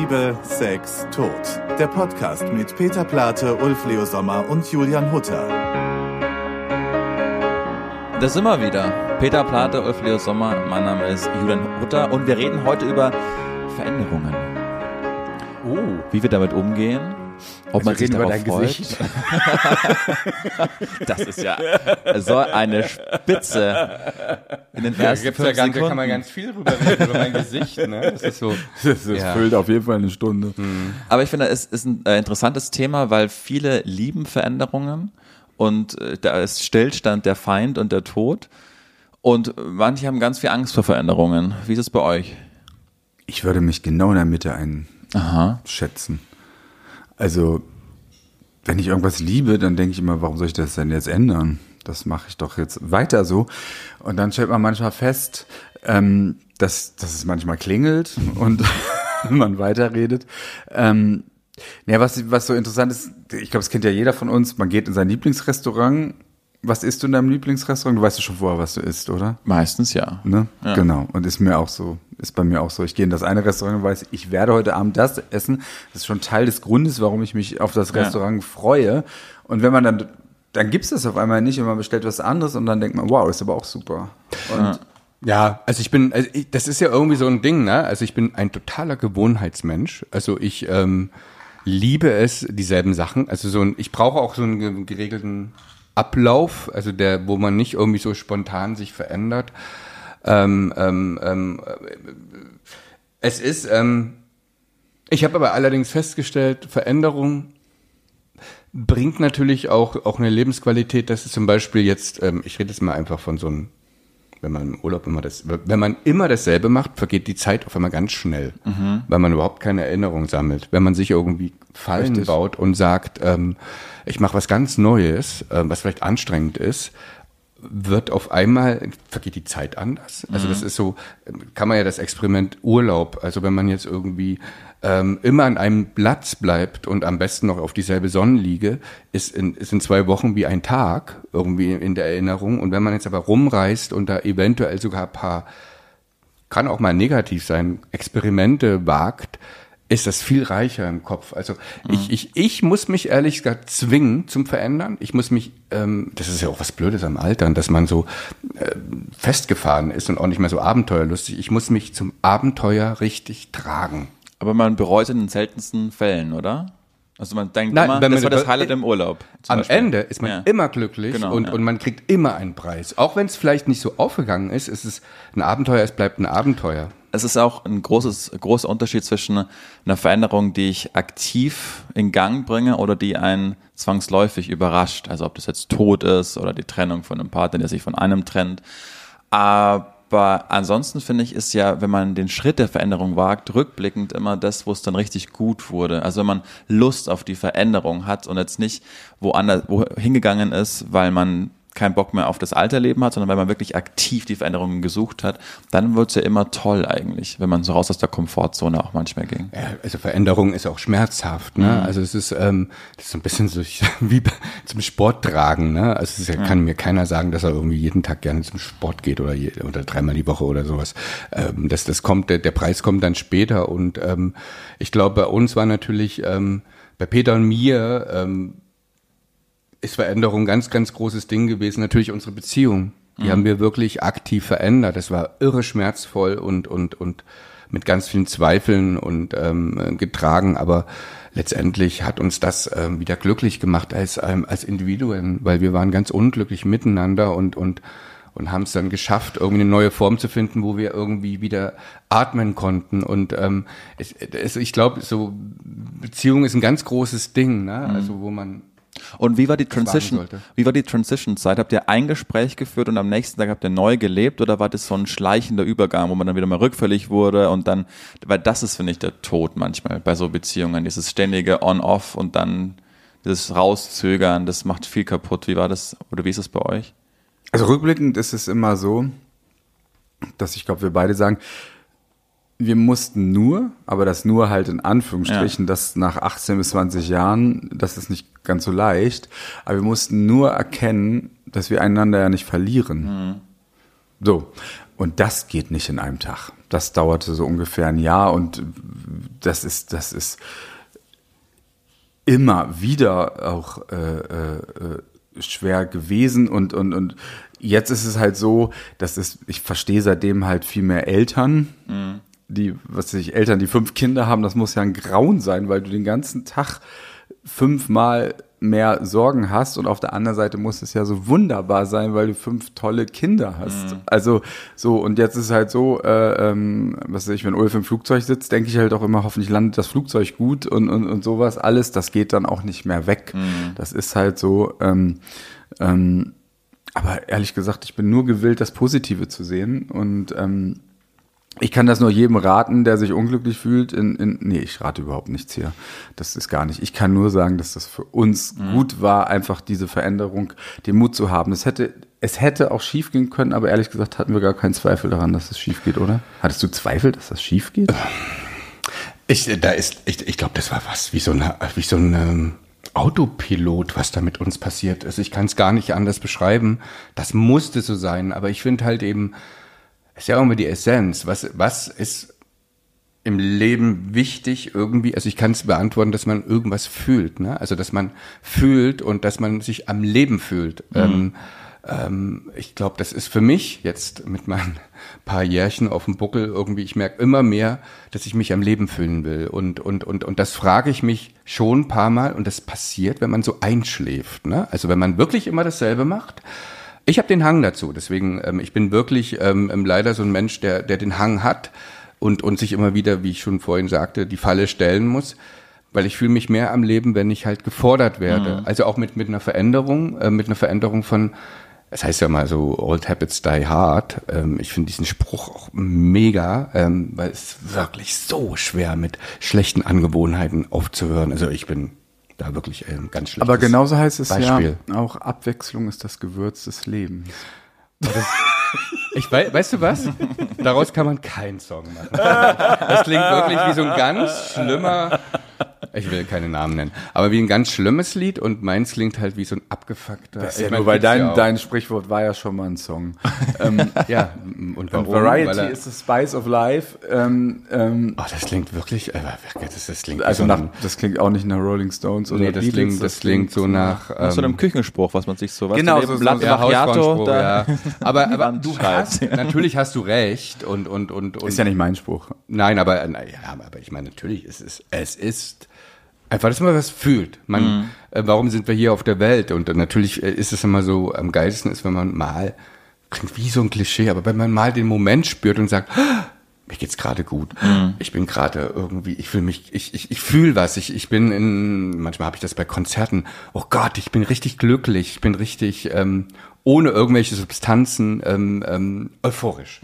Liebe, Sex, Tod. Der Podcast mit Peter Plate, Ulf Leo Sommer und Julian Hutter. Da sind wir wieder. Peter Plate, Ulf Leo Sommer, mein Name ist Julian Hutter und wir reden heute über Veränderungen. Wie wir damit umgehen. Ob man sich darauf freut. Das ist ja so eine Spitze. In den ersten 5 Sekunden. Da kann man ganz viel drüber reden, über mein Gesicht. Ne? Das ist so. Das füllt auf jeden Fall eine Stunde. Aber ich finde, es ist ein interessantes Thema, weil viele lieben Veränderungen und da ist Stillstand der Feind und der Tod. Und manche haben ganz viel Angst vor Veränderungen. Wie ist es bei euch? Ich würde mich genau in der Mitte einschätzen. Also, wenn ich irgendwas liebe, dann denke ich immer, warum soll ich das denn jetzt ändern? Das mache ich doch jetzt weiter so. Und dann stellt man manchmal fest, dass es manchmal klingelt und man weiterredet. Was so interessant ist, ich glaube, das kennt ja jeder von uns, man geht in sein Lieblingsrestaurant. Was isst du in deinem Lieblingsrestaurant? Du weißt ja schon vorher, was du isst, oder? Meistens ja. Ne? Ja. Genau. Und ist bei mir auch so. Ich gehe in das eine Restaurant und weiß, ich werde heute Abend das essen. Das ist schon Teil des Grundes, warum ich mich auf das Restaurant freue. Und wenn man dann gibt es das auf einmal nicht und man bestellt was anderes und dann denkt man, wow, ist aber auch super. Und Ja, also das ist ja irgendwie so ein Ding, ne? Also ich bin ein totaler Gewohnheitsmensch. Also ich liebe es, dieselben Sachen. Also ich brauche auch so einen geregelten Ablauf, also wo man nicht irgendwie so spontan sich verändert. Es ist, ich habe aber allerdings festgestellt, Veränderung bringt natürlich auch eine Lebensqualität. Das ist zum Beispiel jetzt, ich rede jetzt mal einfach von so einem, wenn man im Urlaub wenn man immer dasselbe macht, vergeht die Zeit auf einmal ganz schnell, weil man überhaupt keine Erinnerung sammelt. Wenn man sich irgendwie Fallen baut und sagt, ich mache was ganz Neues, was vielleicht anstrengend ist, wird auf einmal, vergeht die Zeit anders. Also das ist so, kann man ja das Experiment Urlaub, also wenn man jetzt irgendwie immer an einem Platz bleibt und am besten noch auf dieselbe Sonnenliege, ist in 2 Wochen wie ein Tag irgendwie in der Erinnerung. Und wenn man jetzt aber rumreist und da eventuell sogar ein paar, kann auch mal negativ sein, Experimente wagt, ist das viel reicher im Kopf. Also ich muss mich ehrlich gesagt zwingen zum Verändern. Ich muss mich, das ist ja auch was Blödes am Altern, dass man so festgefahren ist und auch nicht mehr so abenteuerlustig. Ich muss mich zum Abenteuer richtig tragen. Aber man bereut in den seltensten Fällen, oder? Also man denkt immer, das war das Highlight im Urlaub. Am Ende ist man immer glücklich und man kriegt immer einen Preis. Auch wenn es vielleicht nicht so aufgegangen ist, ist es ein Abenteuer, es bleibt ein Abenteuer. Es ist auch ein großer Unterschied zwischen einer Veränderung, die ich aktiv in Gang bringe oder die einen zwangsläufig überrascht. Also ob das jetzt Tod ist oder die Trennung von einem Partner, der sich von einem trennt. Aber ansonsten finde ich, ist ja, wenn man den Schritt der Veränderung wagt, rückblickend immer das, wo es dann richtig gut wurde. Also wenn man Lust auf die Veränderung hat und jetzt nicht wo hingegangen ist, weil man keinen Bock mehr auf das alte Leben hat, sondern weil man wirklich aktiv die Veränderungen gesucht hat, dann wird es ja immer toll eigentlich, wenn man so raus aus der Komfortzone auch manchmal ging. Ja, also Veränderung ist auch schmerzhaft, ne? Also es ist, das ist so ein bisschen so wie zum Sport tragen, ne? Also kann mir keiner sagen, dass er irgendwie jeden Tag gerne zum Sport geht oder 3-mal die Woche oder sowas. Das kommt, der Preis kommt dann später und ich glaube, bei uns war natürlich, bei Peter und mir, ist Veränderung ein ganz, ganz großes Ding gewesen. Natürlich unsere Beziehung. Die haben wir wirklich aktiv verändert. Das war irre schmerzvoll und mit ganz vielen Zweifeln und getragen. Aber letztendlich hat uns das wieder glücklich gemacht als Individuen, weil wir waren ganz unglücklich miteinander und haben es dann geschafft, irgendwie eine neue Form zu finden, wo wir irgendwie wieder atmen konnten. Und ich glaube, so Beziehung ist ein ganz großes Ding, ne? Also wo man Und wie war die Transition? Wie war die Transition-Zeit? Habt ihr ein Gespräch geführt und am nächsten Tag habt ihr neu gelebt oder war das so ein schleichender Übergang, wo man dann wieder mal rückfällig wurde und dann, weil das ist, finde ich, der Tod manchmal bei so Beziehungen, dieses ständige On-Off und dann dieses Rauszögern, das macht viel kaputt. Wie war das oder wie ist es bei euch? Also rückblickend ist es immer so, dass ich glaube, wir beide sagen, wir mussten nur, aber das nur halt in Anführungsstrichen, das nach 18 bis 20 Jahren, das ist nicht ganz so leicht, aber wir mussten nur erkennen, dass wir einander ja nicht verlieren. So. Und das geht nicht in einem Tag. Das dauerte so ungefähr ein Jahr und das ist immer wieder auch schwer gewesen und jetzt ist es halt so, ich verstehe seitdem halt viel mehr Eltern, Eltern, die 5 Kinder haben, das muss ja ein Grauen sein, weil du den ganzen Tag 5-mal mehr Sorgen hast und auf der anderen Seite muss es ja so wunderbar sein, weil du 5 tolle Kinder hast. Also so, und jetzt ist es halt so, was weiß ich, wenn Ulf im Flugzeug sitzt, denke ich halt auch immer, hoffentlich landet das Flugzeug gut und sowas alles, das geht dann auch nicht mehr weg. Das ist halt so, aber ehrlich gesagt, ich bin nur gewillt, das Positive zu sehen und ich kann das nur jedem raten, der sich unglücklich fühlt. Nee, ich rate überhaupt nichts hier. Das ist gar nicht. Ich kann nur sagen, dass das für uns gut war, einfach diese Veränderung, den Mut zu haben. Es hätte auch schief gehen können, aber ehrlich gesagt hatten wir gar keinen Zweifel daran, dass es schief geht, oder? Hattest du Zweifel, dass das schief geht? Ich glaube, das war wie so ein Autopilot, was da mit uns passiert ist. Ich kann es gar nicht anders beschreiben. Das musste so sein, aber ich finde halt eben, es ist ja immer die Essenz. Was ist im Leben wichtig irgendwie? Also ich kann es beantworten, dass man irgendwas fühlt, ne? Also dass man fühlt und dass man sich am Leben fühlt. Ich glaube, das ist für mich jetzt mit meinen paar Jährchen auf dem Buckel irgendwie, ich merke immer mehr, dass ich mich am Leben fühlen will. Und das frage ich mich schon ein paar Mal und das passiert, wenn man so einschläft, ne? Also wenn man wirklich immer dasselbe macht. Ich habe den Hang dazu, deswegen, ich bin wirklich leider so ein Mensch, der den Hang hat und sich immer wieder, wie ich schon vorhin sagte, die Falle stellen muss, weil ich fühle mich mehr am Leben, wenn ich halt gefordert werde. Also auch mit einer Veränderung von, es heißt ja mal so, old habits die hard. Ich finde diesen Spruch auch mega, weil es wirklich so schwer mit schlechten Angewohnheiten aufzuhören. Also ich bin da wirklich ganz schlecht. Aber genauso heißt es Beispiel. Ja, auch Abwechslung ist das Gewürz des Lebens. Weißt du was? Daraus kann man keinen Song machen. Das klingt wirklich wie so ein ganz schlimmer, ich will keine Namen nennen, aber wie ein ganz schlimmes Lied und meins klingt halt wie so ein abgefuckter. Das ist ja nur, weil dein Sprichwort war ja schon mal ein Song. Ja, und warum? Variety is the spice of life. Das klingt wirklich, das klingt also das klingt auch nicht nach Rolling Stones oder Beatles, das klingt so nach so einem Küchenspruch, was man sich so was genau, so Blatt Macchiato, ja. Aber du hast, natürlich hast du recht und ist ja nicht mein Spruch. Nein, aber ich meine natürlich, es ist einfach, dass man was fühlt. Warum sind wir hier auf der Welt? Und natürlich ist es immer so, am geilsten ist, wenn man mal, klingt wie so ein Klischee, aber wenn man mal den Moment spürt und sagt, mir geht's gerade gut. Ich bin gerade irgendwie, ich fühle was. Ich bin manchmal habe ich das bei Konzerten, oh Gott, ich bin richtig glücklich, ich bin richtig, ohne irgendwelche Substanzen, euphorisch.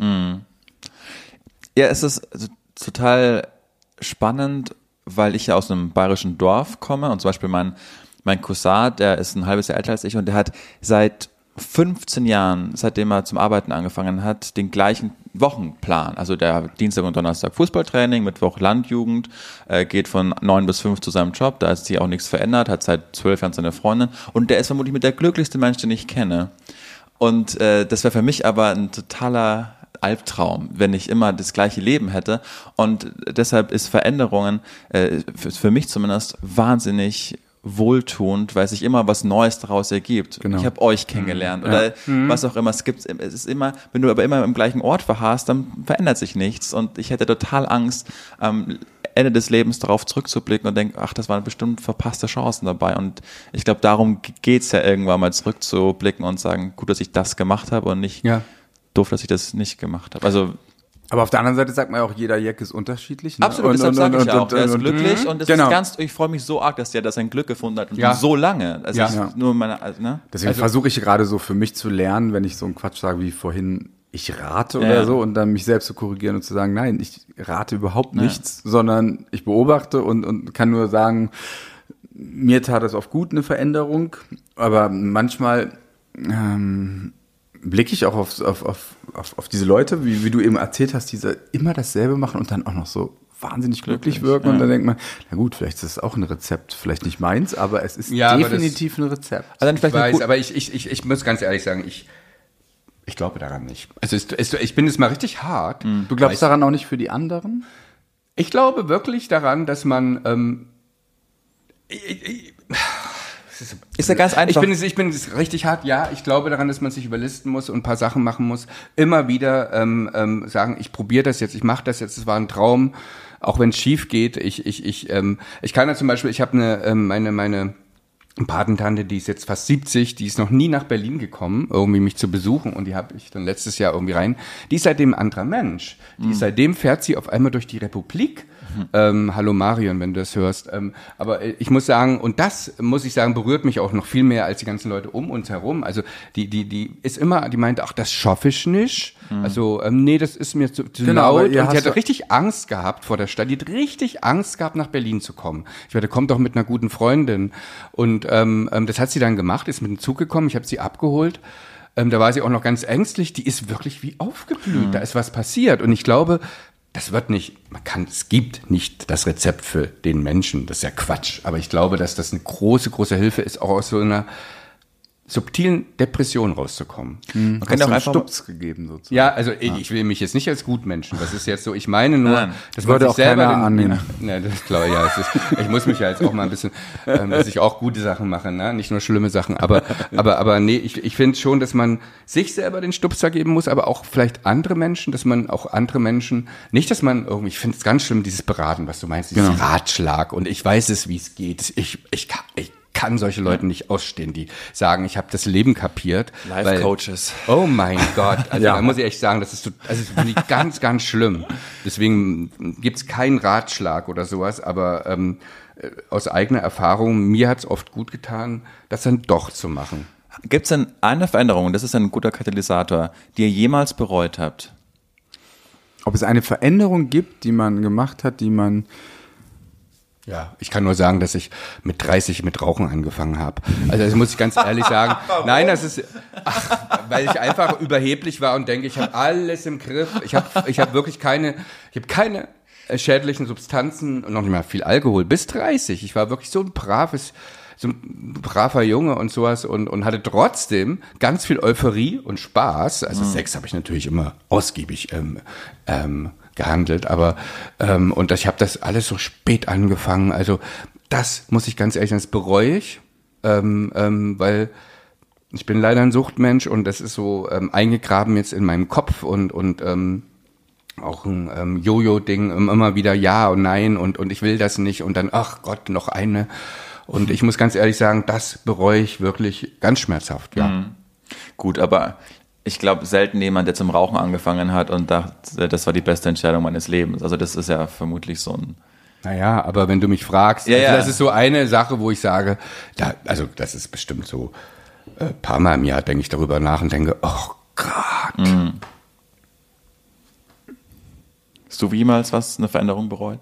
Ja, es ist total spannend, weil ich ja aus einem bayerischen Dorf komme und zum Beispiel mein Cousin, der ist ein halbes Jahr älter als ich und der hat seit 15 Jahren, seitdem er zum Arbeiten angefangen hat, den gleichen Wochenplan. Also der Dienstag und Donnerstag Fußballtraining, Mittwoch Landjugend, geht von 9 bis 5 zu seinem Job, da ist sich auch nichts verändert, hat seit 12 Jahren seine Freundin und der ist vermutlich mit der glücklichste Mensch, den ich kenne. Und das wäre für mich aber ein totaler Albtraum, wenn ich immer das gleiche Leben hätte. Und deshalb ist Veränderungen für mich zumindest wahnsinnig wohltuend, weil sich immer was Neues daraus ergibt. Genau. Ich habe euch kennengelernt oder was auch immer. Es ist immer, wenn du aber immer im gleichen Ort verharrst, dann verändert sich nichts. Und ich hätte total Angst, am Ende des Lebens darauf zurückzublicken und denke, ach, das waren bestimmt verpasste Chancen dabei. Und ich glaube, darum geht's ja irgendwann mal zurückzublicken und sagen, gut, dass ich das gemacht habe und nicht doof, dass ich das nicht gemacht habe. Also aber auf der anderen Seite sagt man ja auch, jeder Jack ist unterschiedlich. Ne? Absolut, deshalb sage ich auch, er ist glücklich und das ist ganz, ich freue mich so arg, dass der da sein Glück gefunden hat und so lange. Also ist nur meine, ne? Deswegen versuche ich gerade so für mich zu lernen, wenn ich so einen Quatsch sage wie vorhin, ich rate oder so und dann mich selbst zu korrigieren und zu sagen, nein, ich rate überhaupt nichts, sondern ich beobachte und kann nur sagen, mir tat es oft gut, eine Veränderung, aber manchmal blicke ich auch auf diese Leute, wie du eben erzählt hast, die immer dasselbe machen und dann auch noch so wahnsinnig glücklich wirken. Und dann denkt man, na gut, vielleicht ist es auch ein Rezept, vielleicht nicht meins, aber es ist definitiv ein Rezept. Also ich weiß, aber ich muss ganz ehrlich sagen, Ich glaube daran nicht. Also ich bin jetzt mal richtig hart. Du glaubst daran auch nicht für die anderen? Ich glaube wirklich daran, dass man Ist ja ganz einfach. Ich bin richtig hart. Ja, ich glaube daran, dass man sich überlisten muss und ein paar Sachen machen muss. Immer wieder sagen, ich probiere das jetzt, ich mache das jetzt. Es war ein Traum, auch wenn es schief geht. Ich kann ja zum Beispiel, ich habe meine Patentante, die ist jetzt fast 70, die ist noch nie nach Berlin gekommen, irgendwie mich zu besuchen, und die habe ich dann letztes Jahr irgendwie rein. Die ist seitdem ein anderer Mensch. Seitdem fährt sie auf einmal durch die Republik. Hallo Marion, wenn du das hörst. Aber ich muss sagen, und das, muss ich sagen, berührt mich auch noch viel mehr als die ganzen Leute um uns herum. Also die ist immer, die meint, ach, das schaffe ich nicht. Also nee, das ist mir zu laut. Und die hatte richtig Angst gehabt vor der Stadt. Die hat richtig Angst gehabt, nach Berlin zu kommen. Ich werde, kommt doch mit einer guten Freundin. Und das hat sie dann gemacht, ist mit dem Zug gekommen. Ich habe sie abgeholt. Da war sie auch noch ganz ängstlich. Die ist wirklich wie aufgeblüht. Da ist was passiert. Und ich glaube, das wird nicht, es gibt nicht das Rezept für den Menschen. Das ist ja Quatsch. Aber ich glaube, dass das eine große, große Hilfe ist, auch aus so einer subtilen Depression rauszukommen. Man kann ja auch einfach Stups gegeben sozusagen. Ja, also ich will mich jetzt nicht als Gutmenschen. Das ist jetzt so. Ich meine nur, das würde auch selber annehmen. Ja, das ist klar. Ja, ich muss mich ja jetzt auch mal ein bisschen, dass ich auch gute Sachen mache, ne? Nicht nur schlimme Sachen. Aber nee, ich finde schon, dass man sich selber den Stupser geben muss, aber auch vielleicht andere Menschen, dass man auch andere Menschen, nicht, dass man irgendwie, ich finde es ganz schlimm, dieses Beraten, was du meinst, dieses Ratschlag, und ich weiß es, wie es geht. Ich kann solche Leute nicht ausstehen, die sagen, ich habe das Leben kapiert. Life-Coaches. Oh mein Gott, also da muss ich echt sagen, das finde ich ganz, ganz schlimm. Deswegen gibt's keinen Ratschlag oder sowas, aber aus eigener Erfahrung, mir hat's oft gut getan, das dann doch zu machen. Gibt's denn eine Veränderung, das ist ein guter Katalysator, die ihr jemals bereut habt? Ob es eine Veränderung gibt, die man gemacht hat, die man... Ja, ich kann nur sagen, dass ich mit 30 mit Rauchen angefangen habe. Also das muss ich ganz ehrlich sagen. Nein, das ist, weil ich einfach überheblich war und denke, ich habe alles im Griff. Ich habe wirklich keine schädlichen Substanzen und noch nicht mal viel Alkohol. Bis 30. Ich war wirklich so ein braver Junge und sowas und hatte trotzdem ganz viel Euphorie und Spaß. Also Sex habe ich natürlich immer ausgiebig gehandelt, aber und ich habe das alles so spät angefangen, also das muss ich ganz ehrlich sagen, das bereue ich, weil ich bin leider ein Suchtmensch und das ist so eingegraben jetzt in meinem Kopf und auch ein Jojo-Ding, immer wieder ja und nein und ich will das nicht und dann, ach Gott, noch eine, und ich muss ganz ehrlich sagen, das bereue ich wirklich ganz schmerzhaft, ja. Gut, aber ich glaube, selten jemand, der zum Rauchen angefangen hat und dachte, das war die beste Entscheidung meines Lebens. Also das ist ja vermutlich so ein... Naja, aber wenn du mich fragst, das ist so eine Sache, wo ich sage, das ist bestimmt so, paar Mal im Jahr denke ich darüber nach und denke, oh Gott. Hast du jemals eine Veränderung bereut?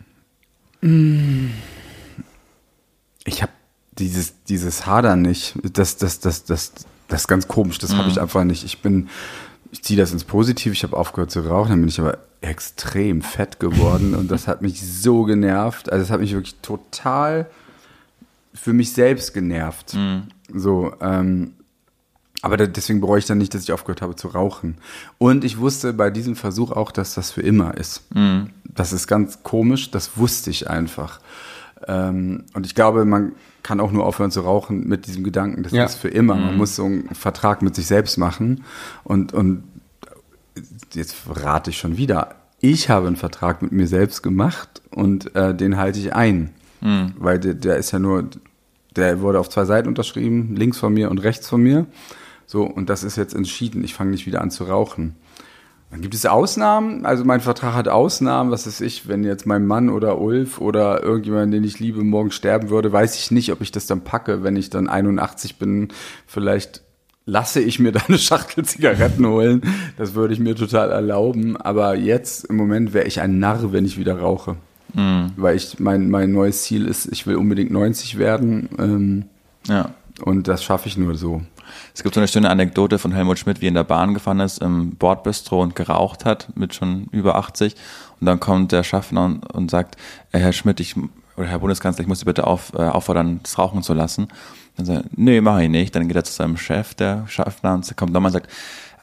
Ich habe dieses Hadern nicht. Das ist ganz komisch, das habe ich einfach nicht. Ich ziehe das ins Positive, ich habe aufgehört zu rauchen, dann bin ich aber extrem fett geworden und das hat mich so genervt. Also es hat mich wirklich total für mich selbst genervt. So, aber deswegen bereue ich dann nicht, dass ich aufgehört habe zu rauchen. Und ich wusste bei diesem Versuch auch, dass das für immer ist. Das ist ganz komisch, das wusste ich einfach. Und ich glaube, man kann auch nur aufhören zu rauchen mit diesem Gedanken, das ist für immer. Man muss so einen Vertrag mit sich selbst machen. Und jetzt rate ich schon wieder, ich habe einen Vertrag mit mir selbst gemacht und den halte ich ein. Weil der ist ja nur, der wurde auf 2 Seiten unterschrieben, links von mir und rechts von mir. So, und das ist jetzt entschieden, ich fange nicht wieder an zu rauchen. Dann gibt es Ausnahmen, also mein Vertrag hat Ausnahmen, was weiß ich, wenn jetzt mein Mann oder Ulf oder irgendjemand, den ich liebe, morgen sterben würde, weiß ich nicht, ob ich das dann packe, wenn ich dann 81 bin, vielleicht lasse ich mir da eine Schachtel Zigaretten holen, das würde ich mir total erlauben, aber jetzt im Moment wäre ich ein Narr, wenn ich wieder rauche, weil mein neues Ziel ist, ich will unbedingt 90 werden und das schaffe ich nur so. Es gibt so eine schöne Anekdote von Helmut Schmidt, wie er in der Bahn gefahren ist, im Bordbistro und geraucht hat, mit schon über 80. Und dann kommt der Schaffner und sagt, Herr Schmidt, oder Herr Bundeskanzler, ich muss Sie bitte auffordern, das Rauchen zu lassen. Dann sagt er, nee, mache ich nicht. Dann geht er zu seinem Chef, der Schaffner, und kommt nochmal und sagt,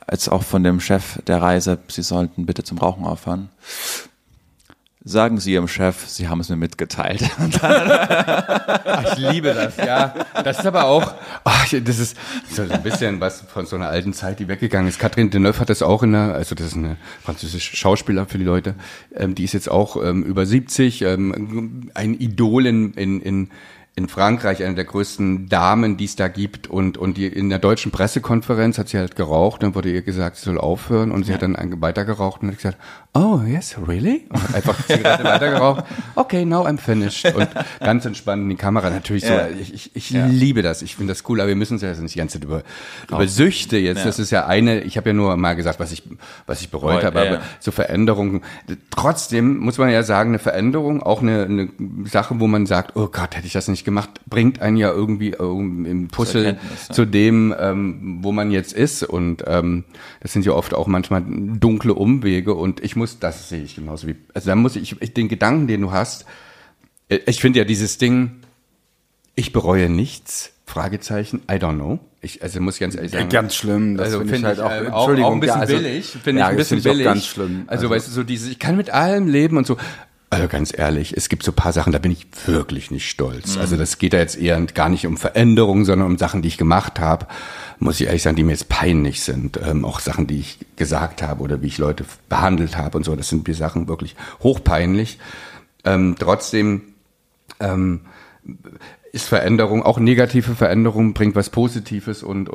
jetzt auch von dem Chef der Reise, Sie sollten bitte zum Rauchen aufhören. Sagen Sie Ihrem Chef, Sie haben es mir mitgeteilt. Ich liebe das, ja. Das ist aber auch, das ist so ein bisschen was von so einer alten Zeit, die weggegangen ist. Catherine Deneuve hat das auch also das ist eine französische Schauspieler für die Leute, die ist jetzt auch über 70, ein Idol in Frankreich, eine der größten Damen, die es da gibt, und die in der deutschen Pressekonferenz hat sie halt geraucht, dann wurde ihr gesagt, sie soll aufhören, und sie hat dann weiter geraucht und hat gesagt, oh yes, really? Und hat einfach die Zigarette weiter geraucht. Okay, now I'm finished. Und ganz entspannt in die Kamera. Natürlich so, ich liebe das, ich finde das cool, aber wir müssen uns ja nicht die ganze Zeit über Süchte jetzt, das ist ja ich habe ja nur mal gesagt, was ich bereut habe, aber so Veränderungen, trotzdem muss man ja sagen, eine Veränderung, auch eine Sache, wo man sagt, oh Gott, hätte ich das nicht gemacht, bringt einen ja irgendwie im Puzzle zu dem, wo man jetzt ist, und das sind ja oft auch manchmal dunkle Umwege, und das sehe ich genauso wie, also da muss ich den Gedanken, den du hast, ich finde ja dieses Ding, ich bereue nichts, Fragezeichen, I don't know. Muss ich ganz ehrlich sagen. Ganz schlimm, das finde ich halt auch, Entschuldigung. Auch ein bisschen billig, finde ich ein bisschen billig. Ganz schlimm. Also weißt du, so ich kann mit allem leben und so. Also ganz ehrlich, es gibt so ein paar Sachen, da bin ich wirklich nicht stolz. Also das geht da jetzt eher gar nicht um Veränderungen, sondern um Sachen, die ich gemacht habe, muss ich ehrlich sagen, die mir jetzt peinlich sind. Auch Sachen, die ich gesagt habe oder wie ich Leute behandelt habe und so, das sind mir Sachen wirklich hochpeinlich. Trotzdem ist Veränderung, auch negative Veränderung, bringt was Positives und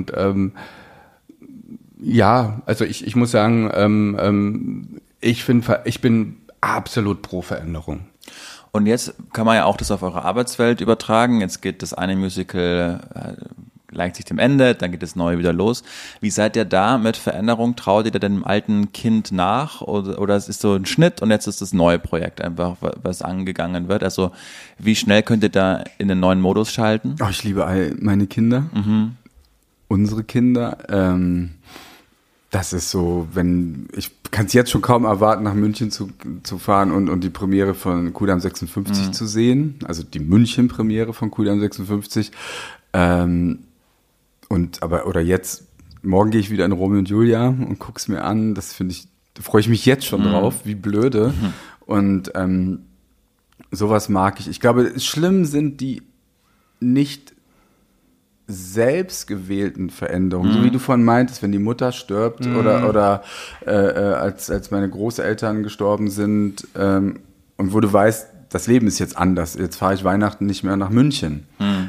ja, also ich muss sagen, ich bin absolut pro Veränderung. Und jetzt kann man ja auch das auf eure Arbeitswelt übertragen. Jetzt geht das eine Musical, neigt sich dem Ende, dann geht das neue wieder los. Wie seid ihr da mit Veränderung? Traut ihr dem alten Kind nach? Oder es ist so ein Schnitt und jetzt ist das neue Projekt einfach, was angegangen wird? Also wie schnell könnt ihr da in den neuen Modus schalten? Oh, ich liebe all meine Kinder. Unsere Kinder. Das ist so, ich kann es jetzt schon kaum erwarten, nach München zu fahren und die Premiere von Kudamm 56 zu sehen. Also die München-Premiere von Kudamm 56. Oder jetzt, morgen gehe ich wieder in Romeo und Julia und guck's mir an. Da freue ich mich jetzt schon drauf, wie blöde. Und sowas mag ich. Ich glaube, schlimm sind die nicht selbstgewählten Veränderungen, so wie du vorhin meintest, wenn die Mutter stirbt oder als meine Großeltern gestorben sind und wo du weißt, das Leben ist jetzt anders, jetzt fahre ich Weihnachten nicht mehr nach München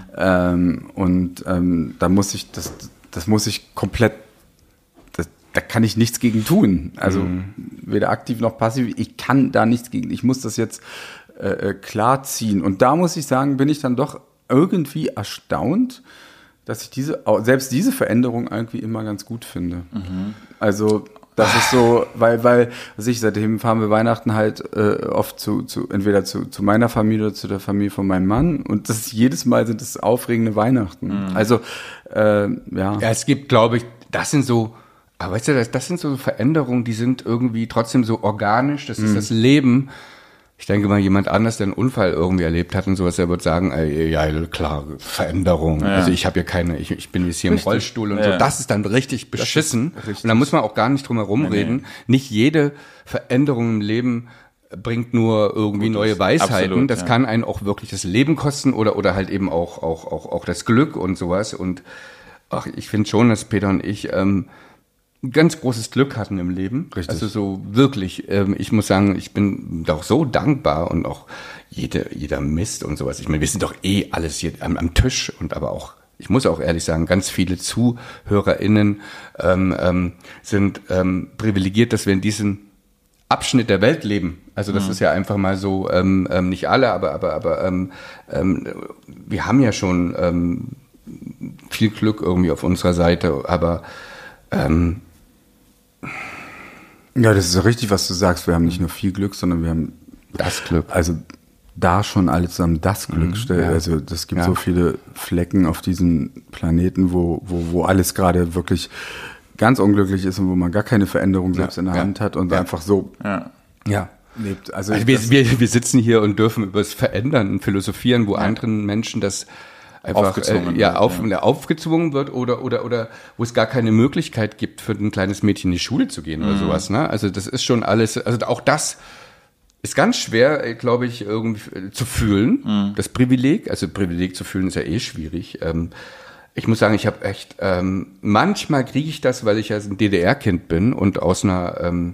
da muss ich das muss ich komplett, da kann ich nichts gegen tun, also weder aktiv noch passiv, ich kann da nichts gegen, ich muss das jetzt klar ziehen, und da muss ich sagen, bin ich dann doch irgendwie erstaunt, dass ich selbst diese Veränderung irgendwie immer ganz gut finde. Also das ist so, weil seitdem fahren wir Weihnachten halt oft entweder zu meiner Familie oder zu der Familie von meinem Mann, und jedes Mal sind es aufregende Weihnachten. Also ja, es gibt, glaube ich, das sind so, aber weißt du, das sind so Veränderungen, die sind irgendwie trotzdem so organisch, das ist das Leben. Ich denke mal, jemand anders, der einen Unfall irgendwie erlebt hat und sowas, der wird sagen, ja, klar, Veränderung. Ja. Also ich habe ja ich bin jetzt hier im Rollstuhl und so. Das ist dann richtig beschissen. Richtig. Und da muss man auch gar nicht drum herum reden. Nicht jede Veränderung im Leben bringt nur irgendwie neue Weisheiten. Absolut, das kann einen auch wirklich das Leben kosten oder halt eben auch das Glück und sowas. Und ich finde schon, dass Peter und ich ganz großes Glück hatten im Leben. Richtig. Also so wirklich, ich muss sagen, ich bin doch so dankbar, und auch jeder Mist und sowas. Ich meine, wir sind doch alles hier am Tisch, und aber auch, ich muss auch ehrlich sagen, ganz viele ZuhörerInnen sind privilegiert, dass wir in diesem Abschnitt der Welt leben. Also das ist ja einfach mal so, nicht alle, aber wir haben ja schon viel Glück irgendwie auf unserer Seite, aber ja, das ist so richtig, was du sagst. Wir haben nicht nur viel Glück, sondern wir haben das Glück. Also da schon alle zusammen das Glück. Also es gibt so viele Flecken auf diesem Planeten, wo alles gerade wirklich ganz unglücklich ist und wo man gar keine Veränderung selbst in der Hand hat und einfach so lebt. Also wir sitzen hier und dürfen über das Verändern und philosophieren, wo anderen Menschen das einfach aufgezwungen, aufgezwungen wird oder wo es gar keine Möglichkeit gibt, für ein kleines Mädchen in die Schule zu gehen oder sowas. Ne? Also das ist schon alles, also auch das ist ganz schwer, glaube ich, irgendwie zu fühlen. Das Privileg zu fühlen ist ja schwierig. Ich muss sagen, ich habe echt, manchmal kriege ich das, weil ich ja ein DDR-Kind bin und aus einer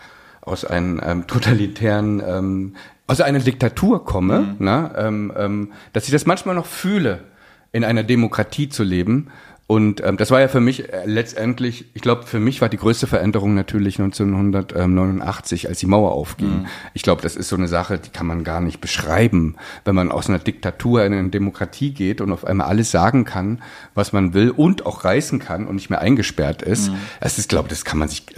totalitären, aus einer Diktatur komme, dass ich das manchmal noch fühle, in einer Demokratie zu leben. Und das war ja für mich letztendlich, ich glaube, für mich war die größte Veränderung natürlich 1989, als die Mauer aufging. Ich glaube, das ist so eine Sache, die kann man gar nicht beschreiben, wenn man aus einer Diktatur in eine Demokratie geht und auf einmal alles sagen kann, was man will und auch reißen kann und nicht mehr eingesperrt ist. Das ist, glaube ich, das kann man sich,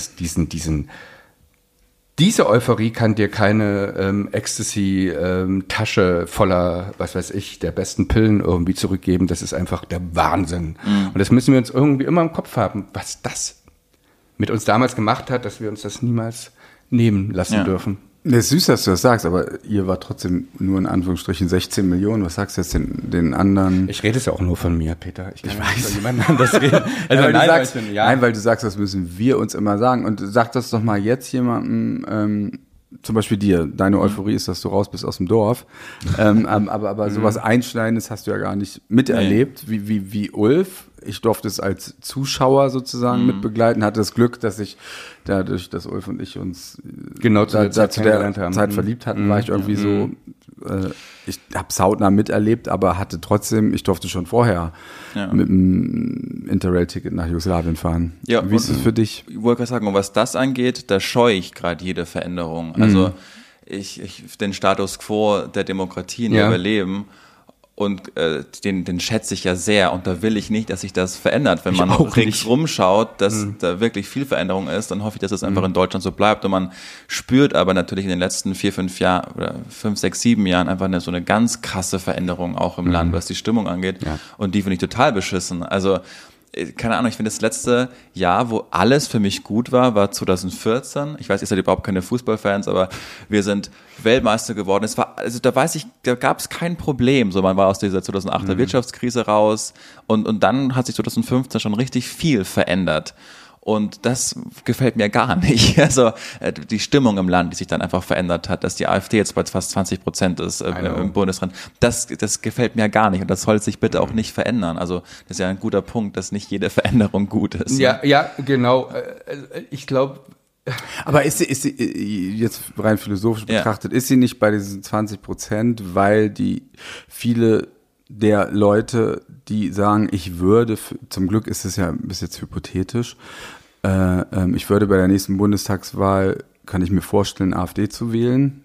diese Euphorie kann dir keine Ecstasy-Tasche voller, was weiß ich, der besten Pillen irgendwie zurückgeben. Das ist einfach der Wahnsinn. Und das müssen wir uns irgendwie immer im Kopf haben, was das mit uns damals gemacht hat, dass wir uns das niemals nehmen lassen dürfen. Das ist süß, dass du das sagst, aber ihr wart trotzdem nur in Anführungsstrichen 16 Millionen. Was sagst du jetzt den anderen? Ich rede es ja auch nur von mir, Peter. Ich weiß. Von jemand anders reden. Also nein, weil du sagst, das müssen wir uns immer sagen. Und sag das doch mal jetzt jemandem, zum Beispiel dir. Deine Euphorie ist, dass du raus bist aus dem Dorf. Aber sowas Einschneidendes hast du ja gar nicht miterlebt, wie Ulf. Ich durfte es als Zuschauer sozusagen mitbegleiten, hatte das Glück, dass ich dadurch, dass Ulf und ich uns genau zu der Zeit verliebt hatten, war ich irgendwie so, ich habe es hautnah miterlebt, aber hatte trotzdem, ich durfte schon vorher mit dem Interrail-Ticket nach Jugoslawien fahren. Ja, wie ist es für dich? Ich wollte gerade sagen, was das angeht, da scheue ich gerade jede Veränderung. Also ich den Status quo der Demokratie nicht überleben. Und den schätze ich ja sehr und da will ich nicht, dass sich das verändert. Wenn man ringsrum schaut, dass da wirklich viel Veränderung ist, dann hoffe ich, dass es einfach in Deutschland so bleibt. Und man spürt aber natürlich in den letzten 4, 5 Jahren oder 5, 6, 7 Jahren einfach so eine ganz krasse Veränderung auch im Land, was die Stimmung angeht. Ja. Und die finde ich total beschissen. Also keine Ahnung, ich finde das letzte Jahr, wo alles für mich gut war 2014. Ich weiß, ihr seid überhaupt keine Fußballfans, aber wir sind Weltmeister geworden. Da gab es kein Problem. So, man war aus dieser 2008er Wirtschaftskrise raus und dann hat sich 2015 schon richtig viel verändert. Und das gefällt mir gar nicht. Also die Stimmung im Land, die sich dann einfach verändert hat, dass die AfD jetzt bei fast 20% ist im Bundesland, das gefällt mir gar nicht. Und das soll sich bitte auch nicht verändern. Also das ist ja ein guter Punkt, dass nicht jede Veränderung gut ist. Ja, genau. Ich glaube... Aber ist sie jetzt rein philosophisch betrachtet, ist sie nicht bei diesen 20%, weil viele der Leute, die sagen, ich würde, zum Glück ist es ja bis jetzt hypothetisch, ich würde bei der nächsten Bundestagswahl, kann ich mir vorstellen, AfD zu wählen,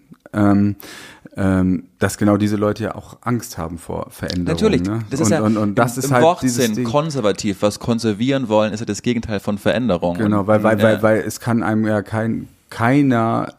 dass genau diese Leute ja auch Angst haben vor Veränderungen. Natürlich, ne? Das ist und das ist im halt Wortsinn dieses konservativ, was konservieren wollen, ist ja das Gegenteil von Veränderung. Genau, weil es kann einem ja keiner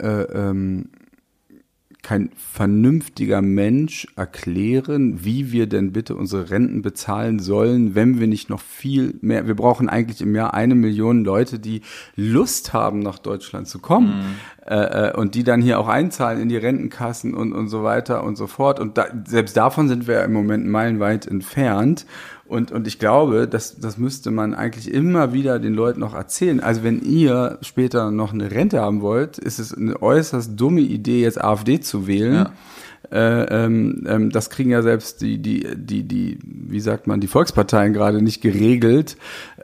kein vernünftiger Mensch erklären, wie wir denn bitte unsere Renten bezahlen sollen, wenn wir nicht noch viel mehr, wir brauchen eigentlich im Jahr 1 Million Leute, die Lust haben, nach Deutschland zu kommen und die dann hier auch einzahlen in die Rentenkassen und so weiter und so fort. Und selbst davon sind wir im Moment meilenweit entfernt. Und ich glaube, das müsste man eigentlich immer wieder den Leuten noch erzählen. Also wenn ihr später noch eine Rente haben wollt, ist es eine äußerst dumme Idee, jetzt AfD zu wählen. Ja. Das kriegen ja selbst die wie sagt man, die Volksparteien gerade nicht geregelt.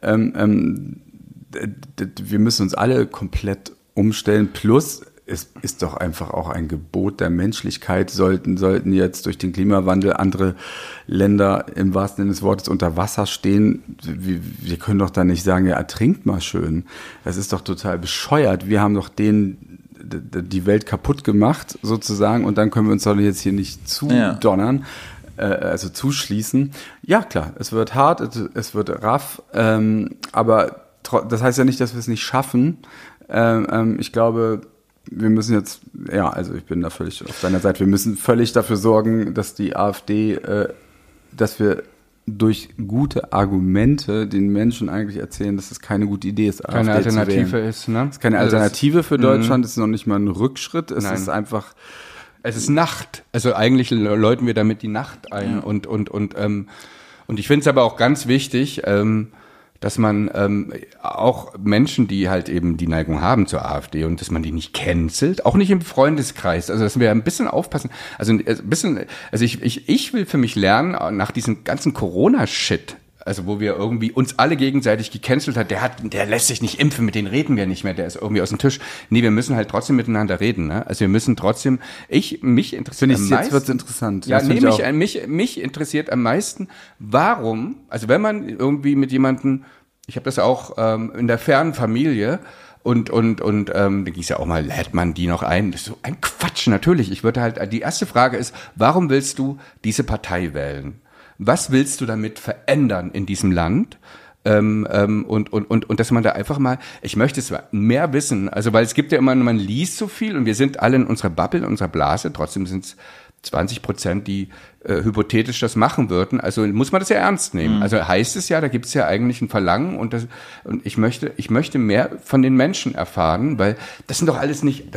Wir müssen uns alle komplett umstellen. Plus, es ist doch einfach auch ein Gebot der Menschlichkeit, sollten jetzt durch den Klimawandel andere Länder im wahrsten Sinne des Wortes unter Wasser stehen. Wir können doch da nicht sagen, ja, ertrinkt mal schön. Das ist doch total bescheuert. Wir haben doch die Welt kaputt gemacht, sozusagen, und dann können wir uns doch jetzt hier nicht zudonnern, also zuschließen. Ja, klar, es wird hart, es wird raff, aber das heißt ja nicht, dass wir es nicht schaffen. Ich glaube, wir müssen jetzt, also ich bin da völlig auf deiner Seite, wir müssen völlig dafür sorgen, dass die AfD, dass wir durch gute Argumente den Menschen eigentlich erzählen, dass es keine gute Idee ist, keine AfD Alternative zu wählen. ist, ne? Es ist keine Alternative für Deutschland, es ist noch nicht mal ein Rückschritt, es ist einfach Es ist Nacht. Also eigentlich läuten wir damit die Nacht ein. Ja. Und ich finde es aber auch ganz wichtig, dass man auch Menschen, die halt eben die Neigung haben zur AfD und dass man die nicht cancelt, auch nicht im Freundeskreis, also dass wir ein bisschen aufpassen, also ich will für mich lernen, nach diesem ganzen Corona-Shit, also wo wir irgendwie uns alle gegenseitig gecancelt hat, der lässt sich nicht impfen, mit denen reden wir nicht mehr, der ist irgendwie aus dem Tisch. Nee, wir müssen halt trotzdem miteinander reden, ne? Also wir müssen trotzdem, mich interessiert am meisten. Jetzt wird's interessant. Ja, mich interessiert am meisten, warum, also wenn man irgendwie mit jemandem, ich habe das auch in der fernen Familie und da ging es ja auch mal, lädt man die noch ein? Das ist so ein Quatsch, natürlich. Die erste Frage ist, warum willst du diese Partei wählen? Was willst du damit verändern in diesem Land? Und dass man da einfach mal, ich möchte es mehr wissen, also weil es gibt ja immer, man liest so viel und wir sind alle in unserer Bubble, in unserer Blase, trotzdem sind es 20%, die hypothetisch das machen würden, also muss man das ja ernst nehmen. Also heißt es ja, da gibt es ja eigentlich ein Verlangen und ich möchte mehr von den Menschen erfahren, weil das sind doch alles nicht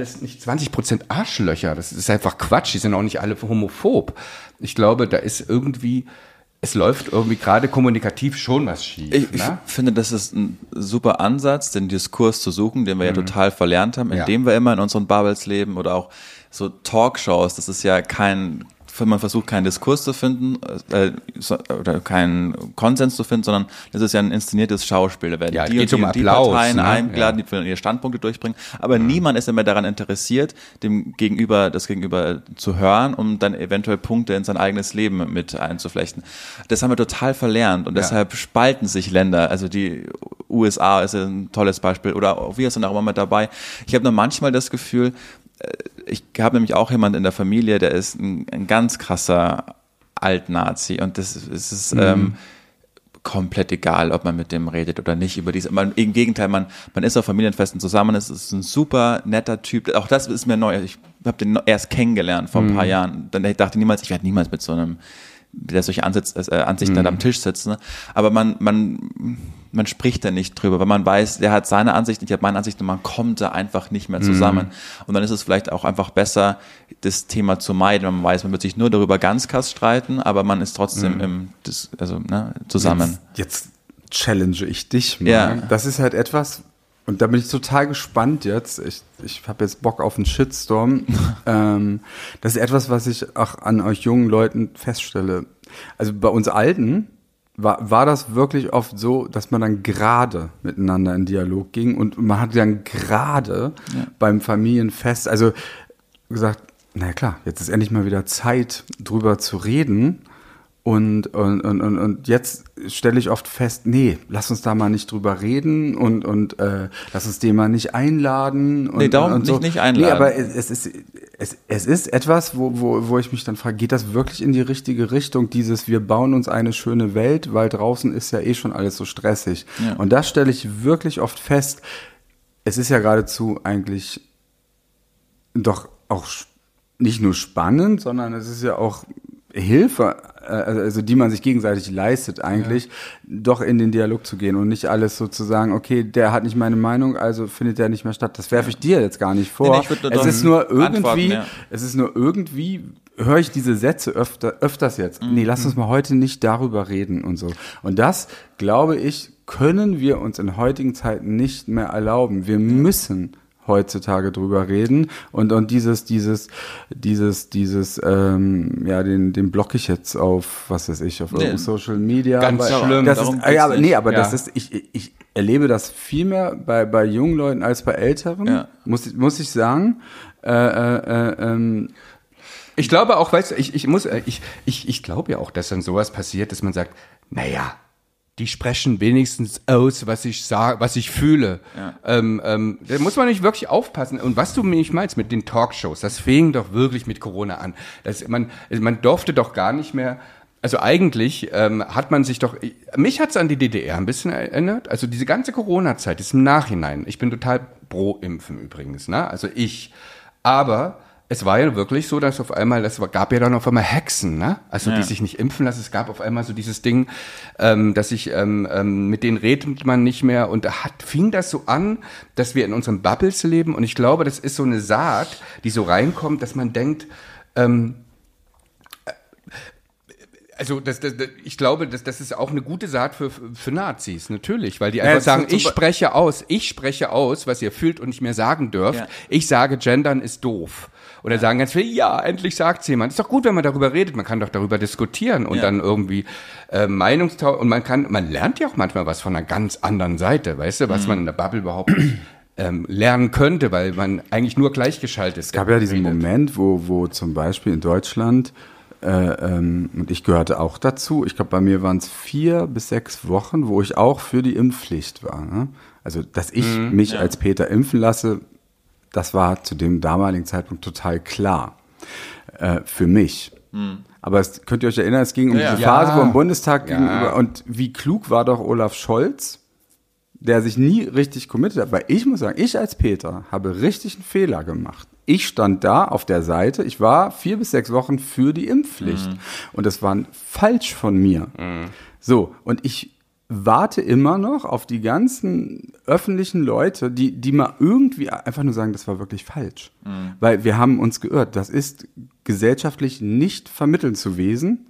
20% Arschlöcher, das ist einfach Quatsch, die sind auch nicht alle homophob. Ich glaube, da ist irgendwie, es läuft irgendwie gerade kommunikativ schon was schief. Ich finde, das ist ein super Ansatz, den Diskurs zu suchen, den wir ja total verlernt haben, indem wir immer in unseren Bubbles leben oder auch so Talkshows, das ist ja man versucht keinen Diskurs zu finden oder keinen Konsens zu finden, sondern das ist ja ein inszeniertes Schauspiel. Da werden die Parteien eingeladen, die wollen ihre Standpunkte durchbringen, aber niemand ist ja mehr daran interessiert, das Gegenüber zu hören, um dann eventuell Punkte in sein eigenes Leben mit einzuflechten. Das haben wir total verlernt und deshalb spalten sich Länder. Also die USA ist ein tolles Beispiel oder auch wir sind auch immer mit dabei. Ich habe nur manchmal das Gefühl, ich habe nämlich auch jemanden in der Familie, der ist ein ganz krasser Alt-Nazi und das ist komplett egal, ob man mit dem redet oder nicht über diese. Im Gegenteil, man ist auf Familienfesten zusammen, es ist ein super netter Typ. Auch das ist mir neu. Ich habe den erst kennengelernt vor ein paar Jahren. Dann dachte ich werde niemals mit so einem, der solche Ansichten am Tisch sitzt. Ne? Aber man spricht da nicht drüber, weil man weiß, der hat seine Ansicht, ich habe meine Ansicht und man kommt da einfach nicht mehr zusammen. Und dann ist es vielleicht auch einfach besser, das Thema zu meiden, wenn man weiß, man wird sich nur darüber ganz krass streiten, aber man ist trotzdem zusammen. Jetzt challenge ich dich mal. Ja. Das ist halt etwas, und da bin ich total gespannt jetzt. Ich habe jetzt Bock auf einen Shitstorm. Das ist etwas, was ich auch an euch jungen Leuten feststelle. Also bei uns Alten war das wirklich oft so, dass man dann gerade miteinander in Dialog ging und man hat dann gerade beim Familienfest, also gesagt, na klar, jetzt ist endlich mal wieder Zeit, drüber zu reden. Und jetzt stelle ich oft fest, nee, lass uns da mal nicht drüber reden und lass uns den mal nicht einladen. Nicht einladen. Nee, aber es ist etwas, wo ich mich dann frage, geht das wirklich in die richtige Richtung, wir bauen uns eine schöne Welt, weil draußen ist ja schon alles so stressig. Ja. Und da stelle ich wirklich oft fest, es ist ja geradezu eigentlich doch auch nicht nur spannend, sondern es ist ja auch Hilfe, also die man sich gegenseitig leistet eigentlich, doch in den Dialog zu gehen und nicht alles so zu sagen, okay, der hat nicht meine Meinung, also findet der nicht mehr statt. Das werfe ich dir jetzt gar nicht vor. Es ist nur irgendwie, höre ich diese Sätze öfters jetzt. Nee, lass uns mal heute nicht darüber reden und so. Und das, glaube ich, können wir uns in heutigen Zeiten nicht mehr erlauben. Wir müssen heutzutage drüber reden und den blocke ich jetzt auf, was weiß ich, auf Social Media. Ganz schlimm. Das ist, ich erlebe das viel mehr bei jungen Leuten als bei Älteren, muss ich sagen. Ich glaube auch, weißt du, ich glaube ja auch, dass dann sowas passiert, dass man sagt, naja, die sprechen wenigstens aus, was ich sage, was ich fühle. Ja. Da muss man nicht wirklich aufpassen. Und was du mich meinst mit den Talkshows, das fing doch wirklich mit Corona an. Man durfte doch gar nicht mehr, also eigentlich hat man sich doch, mich hat's an die DDR ein bisschen erinnert, also diese ganze Corona-Zeit ist im Nachhinein, ich bin total pro Impfen übrigens, ne? Also aber es war ja wirklich so, dass auf einmal, gab ja dann auf einmal Hexen, ne? Also die sich nicht impfen lassen. Es gab auf einmal so dieses Ding, dass mit denen redet man nicht mehr. Und fing das so an, dass wir in unseren Bubbles leben. Und ich glaube, das ist so eine Saat, die so reinkommt, dass man denkt, ich glaube, das ist auch eine gute Saat für Nazis, natürlich, weil die einfach sagen, ich spreche aus, was ihr fühlt und nicht mehr sagen dürft. Ja. Ich sage, Gendern ist doof. Oder sagen ganz viele, ja, endlich sagt's jemand. Ist doch gut, wenn man darüber redet. Man kann doch darüber diskutieren und dann irgendwie Meinungstausch. Und man lernt ja auch manchmal was von einer ganz anderen Seite, weißt du, was man in der Bubble überhaupt nicht lernen könnte, weil man eigentlich nur gleichgeschaltet ist. Es gab ja diesen Moment, wo zum Beispiel in Deutschland und ich gehörte auch dazu. Ich glaube, bei mir waren es 4 bis 6 Wochen, wo ich auch für die Impfpflicht war. Ne? Also, dass ich mich als Peter impfen lasse, das war zu dem damaligen Zeitpunkt total klar für mich. Aber könnt ihr euch erinnern, es ging um diese Phase, wo im Bundestag gegenüber, und wie klug war doch Olaf Scholz, der sich nie richtig committet hat. Weil ich muss sagen, ich als Peter habe richtig einen Fehler gemacht. Ich stand da auf der Seite, ich war 4 bis 6 Wochen für die Impfpflicht. Und das war falsch von mir. So, und ich warte immer noch auf die ganzen öffentlichen Leute, die mal irgendwie einfach nur sagen, das war wirklich falsch. Weil wir haben uns geirrt. Das ist gesellschaftlich nicht vermitteln zu Wesen.